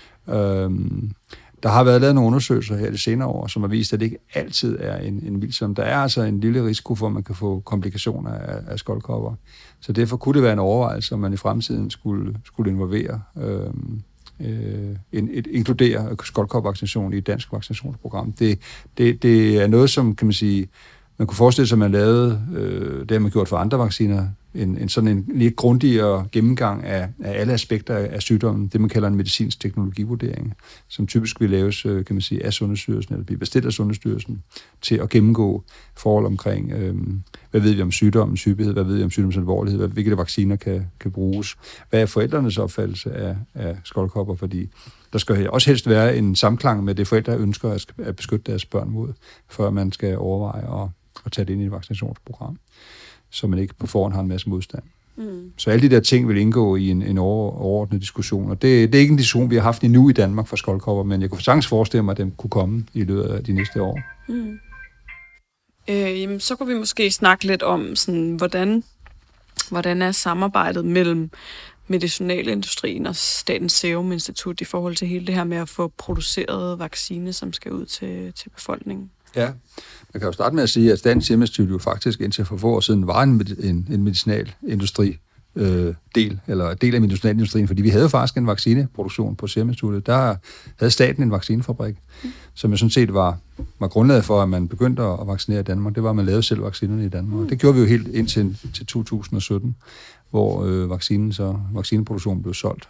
Der har været lavet nogle undersøgelser her de senere år, som har vist, at det ikke altid er en mild sygdom. Der er altså en lille risiko for, at man kan få komplikationer af skoldkopper. Så derfor kunne det være en overvejelse, om man i fremtiden skulle involvere inkludere skoldkopvaccination i et dansk vaccinationsprogram. Det er noget, som, kan man sige, man kunne forestille sig, at man lavede, det har man gjort for andre vacciner en lidt grundigere gennemgang af alle aspekter af sygdommen, det man kalder en medicinsk teknologivurdering, som typisk vil laves, kan man sige, af Sundhedsstyrelsen, eller blive bestilt af Sundhedsstyrelsen, til at gennemgå forhold omkring, hvad ved vi om sygdommens hyppighed, hvad ved vi om sygdommens alvorlighed, hvilke vacciner kan bruges, hvad er forældrenes opfattelse af skoldkopper, fordi der skal også helst være en samklang med det, forældre ønsker at beskytte deres børn mod, før man skal overveje at tage det ind i et vaccinationsprogram, så man ikke på forhånd har en masse modstand. Så alle de der ting vil indgå i en overordnet diskussion, og det er ikke en diskussion, vi har haft endnu i Danmark for skoldkopper, men jeg kunne sagtens forestille mig, at den kunne komme i løbet af de næste år. Jamen, så kunne vi måske snakke lidt om, sådan, hvordan er samarbejdet mellem medicinalindustrien og Statens Serum Institut i forhold til hele det her med at få produceret vaccine, som skal ud til befolkningen? Ja, man kan jo starte med at sige, at Statens Serum Institut jo faktisk indtil for få år siden var en medicinalindustri del af medicinalindustrien, fordi vi havde faktisk en vaccineproduktion på Serum Instituttet. Der havde staten en vaccinefabrik, som jo sådan set var grundlaget for, at man begyndte at vaccinere i Danmark. Det var, at man lavede selv vaccinerne i Danmark. Det gjorde vi jo helt indtil 2017, hvor vaccineproduktionen blev solgt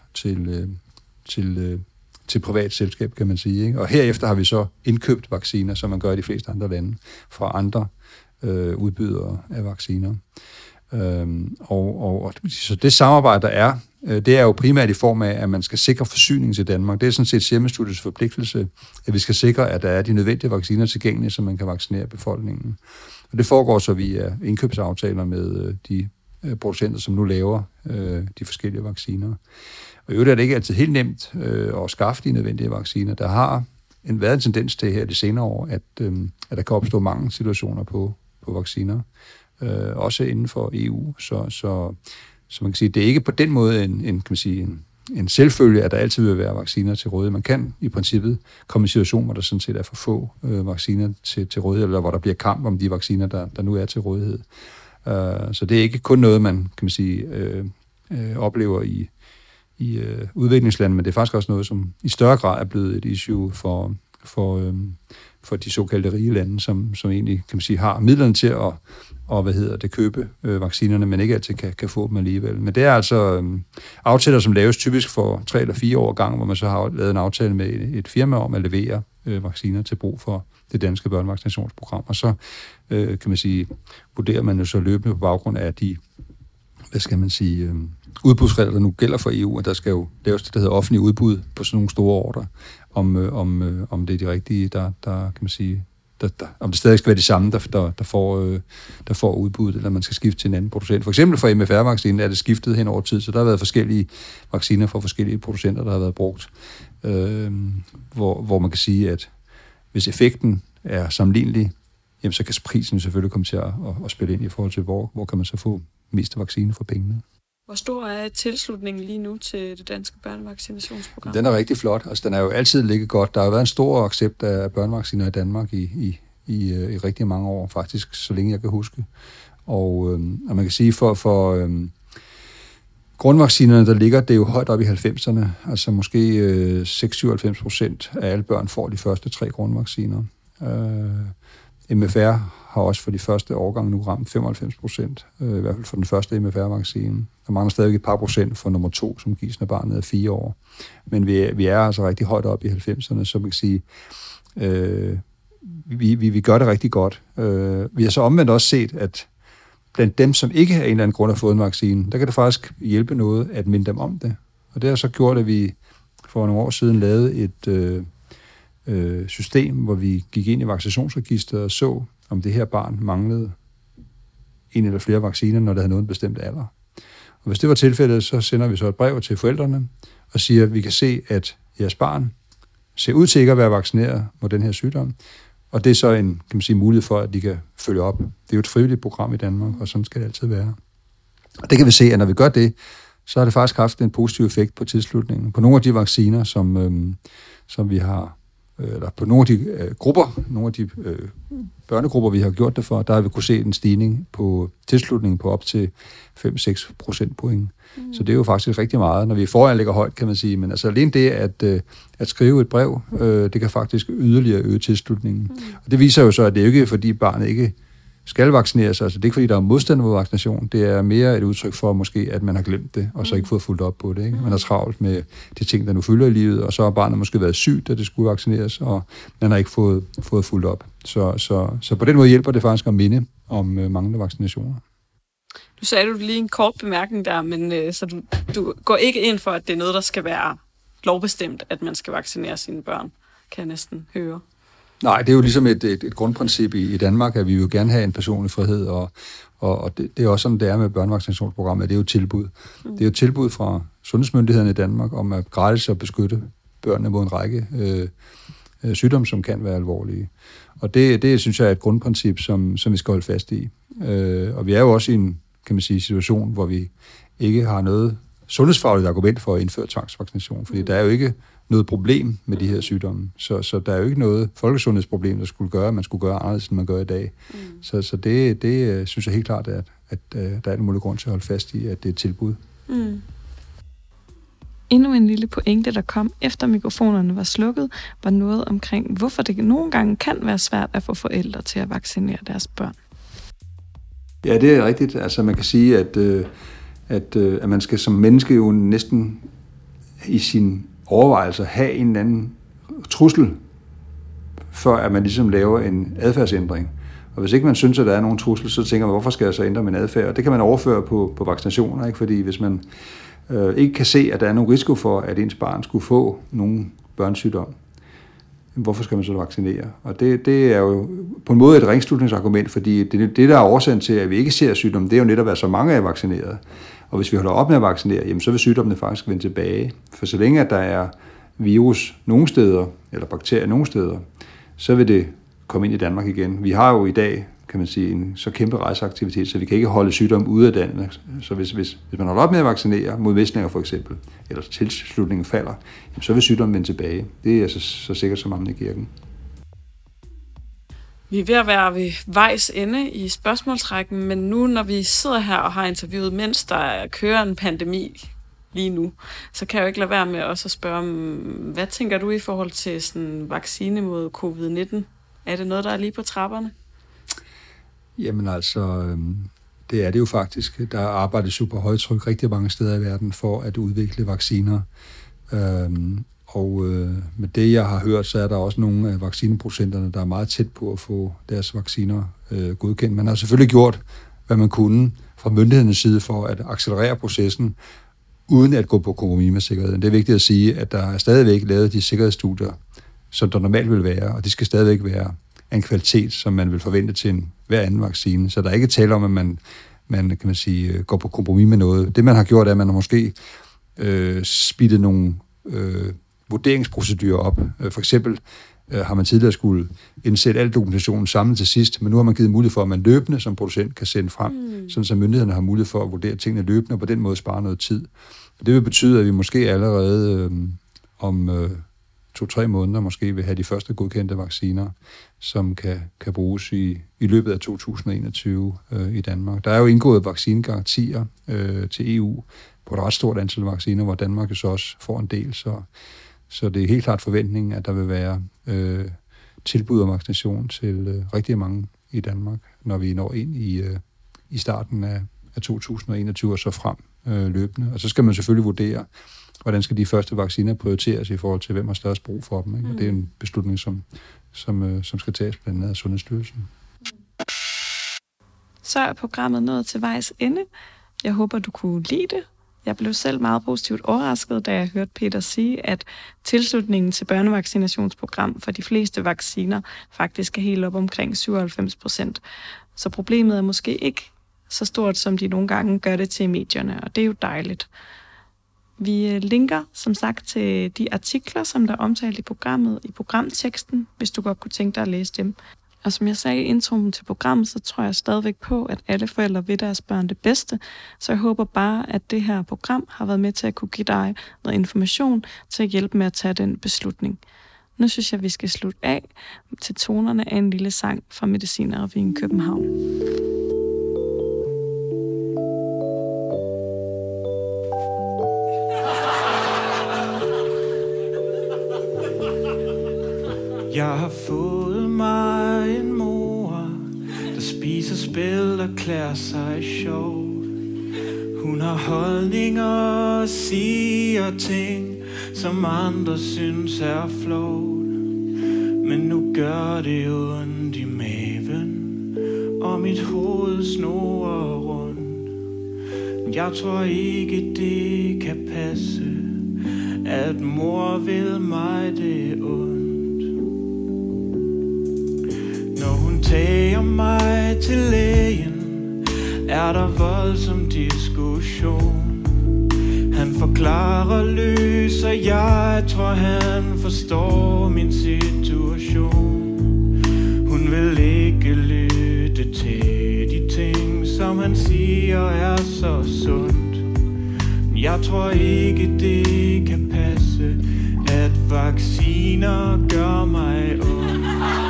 til privat selskab, kan man sige. Ikke? Og herefter har vi så indkøbt vacciner, som man gør i de fleste andre lande, fra andre udbydere af vacciner. Så det samarbejde, der er, det er jo primært i form af, at man skal sikre forsyning til Danmark. Det er sådan set Serum Instituttets forpligtelse, at vi skal sikre, at der er de nødvendige vacciner tilgængelige, så man kan vaccinere befolkningen. Og det foregår så via indkøbsaftaler med de producenter, som nu laver de forskellige vacciner. Og i øvrigt er det ikke altid helt nemt at skaffe de nødvendige vacciner. Der har været en tendens til her de senere år, at der kan opstå mange situationer på vacciner, også inden for EU. Så man kan sige, det er ikke på den måde en selvfølge, at der altid vil være vacciner til rådighed. Man kan i princippet komme i situationer, hvor der sådan set er for få vacciner til rådighed, eller hvor der bliver kamp om de vacciner, der nu er til rådighed. Så det er ikke kun noget, man kan man sige oplever i udviklingslande, men det er faktisk også noget, som i større grad er blevet et issue for de såkaldte rige lande, som egentlig kan man sige har midlerne til at købe vaccinerne, men ikke altid kan få dem alligevel. Men det er altså aftaler, som laves typisk for 3 eller 4 år gang, hvor man så har lavet en aftale med et firma om at levere vacciner til brug for det danske børnevaccinationsprogram. Og så kan man sige, vurderer man jo så løbende på baggrund af de udbudsregler, der nu gælder for EU, at der skal jo laves det, der hedder offentlig udbud på sådan nogle store ordrer, om det er de rigtige, der kan man sige, om det stadig skal være de samme, der får udbuddet, eller man skal skifte til en anden producent. For eksempel for MFR-vaccinen er det skiftet hen over tid, så der har været forskellige vacciner fra forskellige producenter, der har været brugt, hvor man kan sige, at hvis effekten er sammenlignelig, jamen så kan prisen selvfølgelig komme til at spille ind i forhold til, hvor kan man så få mest vaccine for pengene. Hvor stor er tilslutningen lige nu til det danske børnevaccinationsprogram? Den er rigtig flot. Altså, den er jo altid ligget godt. Der har jo været en stor accept af børnevacciner i Danmark i rigtig mange år, faktisk, så længe jeg kan huske. Og man kan sige, for grundvaccinerne, der ligger det jo højt op i 90'erne. Altså måske 6-97% af alle børn får de første 3 grundvacciner. MFR har også for de første årgange nu ramt 95%, i hvert fald for den første MFR-vaccine. Der mangler stadig et par procent for nummer 2, som gives, når barnet er 4 år. Men vi er altså rigtig højt op i 90'erne, så man kan sige, vi gør det rigtig godt. Vi har så omvendt også set, at blandt dem, som ikke af en eller anden grund har fået en vaccine, der kan det faktisk hjælpe noget at minde dem om det. Og det har så gjort, at vi for nogle år siden lavede et system, hvor vi gik ind i vaccinationsregisteret og så, om det her barn manglede en eller flere vacciner, når det havde nået en bestemt alder. Og hvis det var tilfældet, så sender vi så et brev til forældrene og siger, at vi kan se, at jeres barn ser ud til ikke at være vaccineret mod den her sygdom. Og det er så en, kan man sige, mulighed for, at de kan følge op. Det er jo et frivilligt program i Danmark, og sådan skal det altid være. Og det kan vi se, at når vi gør det, så har det faktisk haft en positiv effekt på tilslutningen. På nogle af de vacciner, som vi har, eller på nogle af de nogle af de børnegrupper, vi har gjort det for, der har vi kunne se en stigning på tilslutningen på op til 5-6 procentpoint. Så det er jo faktisk rigtig meget. Når vi foran ligger højt, kan man sige, men altså alene det at skrive et brev, det kan faktisk yderligere øge tilslutningen. Og det viser jo så, at det er jo ikke, fordi barnet ikke skal vaccineres. Altså, det er ikke, fordi der er modstand mod vaccination. Det er mere et udtryk for, måske, at man har glemt det, og så ikke fået fulgt op på det. Ikke? Man er travlt med de ting, der nu fylder i livet, og så har barnet måske været sygt, da det skulle vaccineres, og man har ikke fået fulgt op. Så på den måde hjælper det faktisk at minde om manglende vaccinationer. Du sagde du lige en kort bemærkning der, men så du går ikke ind for, at det er noget, der skal være lovbestemt, at man skal vaccinere sine børn, kan jeg næsten høre. Nej, det er jo ligesom et grundprincip i Danmark, at vi vil gerne have en personlig frihed, og det er også sådan, det er med børnevaccinationsprogrammet, det er jo et tilbud. Det er jo et tilbud fra sundhedsmyndighederne i Danmark om at gratis at beskytte børnene mod en række sygdomme, som kan være alvorlige. Og det synes jeg er et grundprincip, som vi skal holde fast i. Og vi er jo også i en, kan man sige, situation, hvor vi ikke har noget sundhedsfagligt argument for at indføre tvangsvaccination, fordi der er jo ikke noget problem med de her sygdomme. Så der er jo ikke noget folkesundhedsproblem, der skulle gøre, at man skulle gøre anderledes, end man gør i dag. Så det synes jeg helt klart, at der er en mulig grund til at holde fast i, at det er et tilbud. Endnu en lille pointe, der kom efter mikrofonerne var slukket, var noget omkring, hvorfor det nogle gange kan være svært at få forældre til at vaccinere deres børn. Ja, det er rigtigt. Altså man kan sige, at man skal som menneske jo næsten i sin overvejelser have en eller anden trussel, før at man ligesom laver en adfærdsændring. Og hvis ikke man synes, at der er nogen trussel, så tænker man, hvorfor skal jeg så ændre min adfærd? Og det kan man overføre på vaccinationer, ikke? Fordi hvis man ikke kan se, at der er nogen risiko for, at ens barn skulle få nogen børnesygdom, hvorfor skal man så vaccinere? Og det er jo på en måde et ringslutningsargument, fordi det der er årsagen til, at vi ikke ser sygdom, det er jo netop, at så mange er vaccineret. Og hvis vi holder op med at vaccinere, jamen, så vil sygdommene faktisk vende tilbage. For så længe at der er virus nogle steder, eller bakterier nogle steder, så vil det komme ind i Danmark igen. Vi har jo i dag, kan man sige, en så kæmpe rejseaktivitet, så vi kan ikke holde sygdom ude af Danmark. Så hvis man holder op med at vaccinere mod mæslinger for eksempel, eller tilslutningen falder, jamen, så vil sygdommen vende tilbage. Det er så sikkert som amen i kirken. Vi er ved at være ved vejs ende i spørgsmålsrækken, men nu når vi sidder her og har interviewet, mens der kører en pandemi lige nu, så kan jeg jo ikke lade være med også at spørge, hvad tænker du i forhold til sådan vaccine mod covid-19? Er det noget, der er lige på trapperne? Jamen altså, det er det jo faktisk. Der arbejdes jo på højtryk rigtig mange steder i verden for at udvikle vacciner. Og med det, jeg har hørt, så er der også nogle af vaccineproducenterne, der er meget tæt på at få deres vacciner godkendt. Man har selvfølgelig gjort, hvad man kunne fra myndighedernes side for at accelerere processen, uden at gå på kompromis med sikkerheden. Det er vigtigt at sige, at der er stadigvæk lavet de sikkerhedsstudier, som der normalt vil være, og de skal stadigvæk være af en kvalitet, som man vil forvente til hver anden vaccine. Så der er ikke tale om, at man kan man sige, går på kompromis med noget. Det, man har gjort, er, at man har måske speedet nogle vurderingsprocedurer op. For eksempel har man tidligere skulle indsætte al dokumentationen sammen til sidst, men nu har man givet mulighed for, at man løbende som producent kan sende frem, sådan så myndighederne har mulighed for at vurdere tingene løbende, og på den måde spare noget tid. Og det vil betyde, at vi måske allerede om 2-3 måneder måske vil have de første godkendte vacciner, som kan bruges i løbet af 2021 i Danmark. Der er jo indgået vaccinegarantier til EU på et ret stort antal vacciner, hvor Danmark jo så også får en del. Så det er helt klart forventningen, at der vil være tilbud om vaccination til rigtig mange i Danmark, når vi når ind i starten af 2021 og så frem løbende. Og så skal man selvfølgelig vurdere, hvordan skal de første vacciner prioriteres i forhold til, hvem har størst brug for dem. Ikke? Og det er en beslutning, som skal tages blandt andet af Sundhedsstyrelsen. Så er programmet nået til vejs ende. Jeg håber, du kunne lide det. Jeg blev selv meget positivt overrasket, da jeg hørte Peter sige, at tilslutningen til børnevaccinationsprogram for de fleste vacciner faktisk er helt op omkring 97%. Så problemet er måske ikke så stort, som de nogle gange gør det til i medierne, og det er jo dejligt. Vi linker som sagt til de artikler, som der er omtalt i programmet, i programteksten, hvis du godt kunne tænke dig at læse dem. Og som jeg sagde i introen til programmet, så tror jeg stadigvæk på, at alle forældre vil deres børn det bedste. Så jeg håber bare, at det her program har været med til at kunne give dig noget information til at hjælpe med at tage den beslutning. Nu synes jeg, vi skal slutte af til tonerne af en lille sang fra Medicinerrevyen København. Jeg har fået mig en mor, der spiser klæder sig sjovt. Hun har holdninger og siger ting, som andre synes er flot. Men nu gør det ondt i maven, og mit hoved snurrer rundt. Jeg tror ikke det kan passe, at mor vil mig det ondt. Når hun tager mig til lægen, er der voldsom diskussion. Han forklarer løs, og jeg tror han forstår min situation. Hun vil ikke lytte til de ting, som han siger er så sundt. Jeg tror ikke det kan passe, at vacciner gør mig ondt.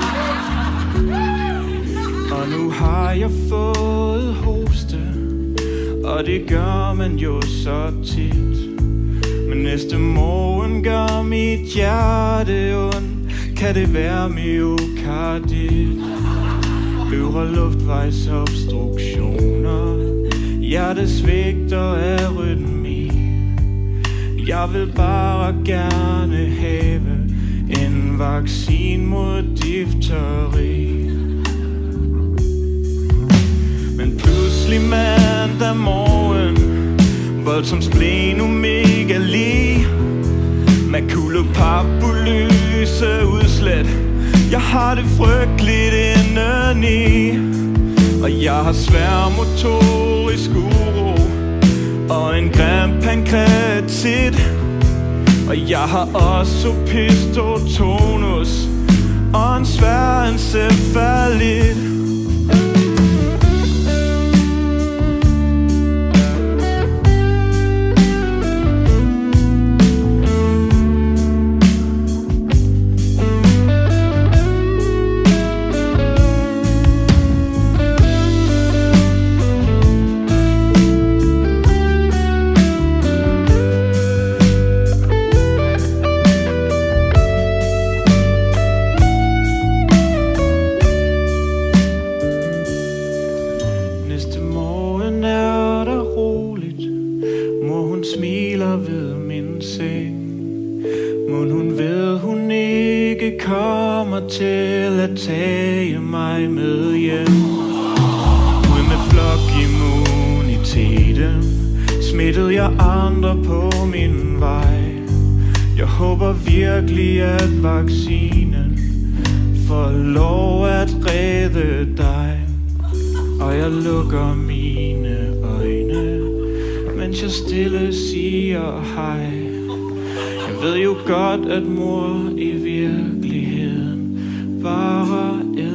Og nu har jeg fået hoste, og det gør man jo så tit. Men næste morgen gør mit hjerte ondt. Kan det være myokardit? Øvre luftvejsobstruktioner, hjertesvigter af rytmi. Jeg vil bare gerne have en vaccin mod difteri. Men pludselig mandag morgen, voldsom splenomegali, makulopapulyse udslæt. Jeg har det frygteligt indeni, og jeg har svær motorisk uro og en grim pankreatit. Og jeg har også pistotonus og en svær encefalit. Til at tage mig med hjem. Ud med flokimmuniteten smittede jeg andre på min vej. Jeg håber virkelig at vaccinen får lov at redde dig. Og jeg lukker mine øjne, mens jeg stille siger hej. Jeg ved jo godt at mor i virkeligheden bare